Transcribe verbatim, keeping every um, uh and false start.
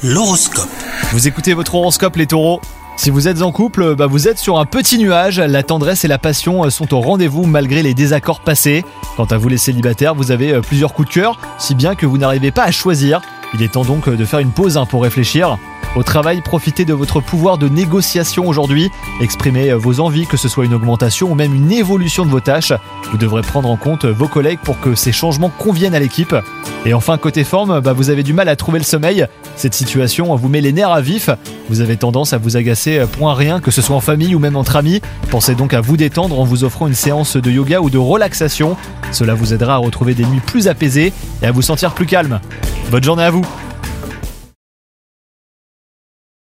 L'horoscope. Vous écoutez votre horoscope les taureaux. Si vous êtes en couple, bah vous êtes sur un petit nuage, la tendresse et la passion sont au rendez-vous malgré les désaccords passés. Quant à vous les célibataires, vous avez plusieurs coups de cœur, si bien que vous n'arrivez pas à choisir. Il est temps donc de faire une pause hein, pour réfléchir. Au travail, profitez de votre pouvoir de négociation aujourd'hui. Exprimez vos envies, que ce soit une augmentation ou même une évolution de vos tâches. Vous devrez prendre en compte vos collègues pour que ces changements conviennent à l'équipe. Et enfin, côté forme, bah vous avez du mal à trouver le sommeil. Cette situation vous met les nerfs à vif. Vous avez tendance à vous agacer pour un rien, que ce soit en famille ou même entre amis. Pensez donc à vous détendre en vous offrant une séance de yoga ou de relaxation. Cela vous aidera à retrouver des nuits plus apaisées et à vous sentir plus calme. Bonne journée à vous!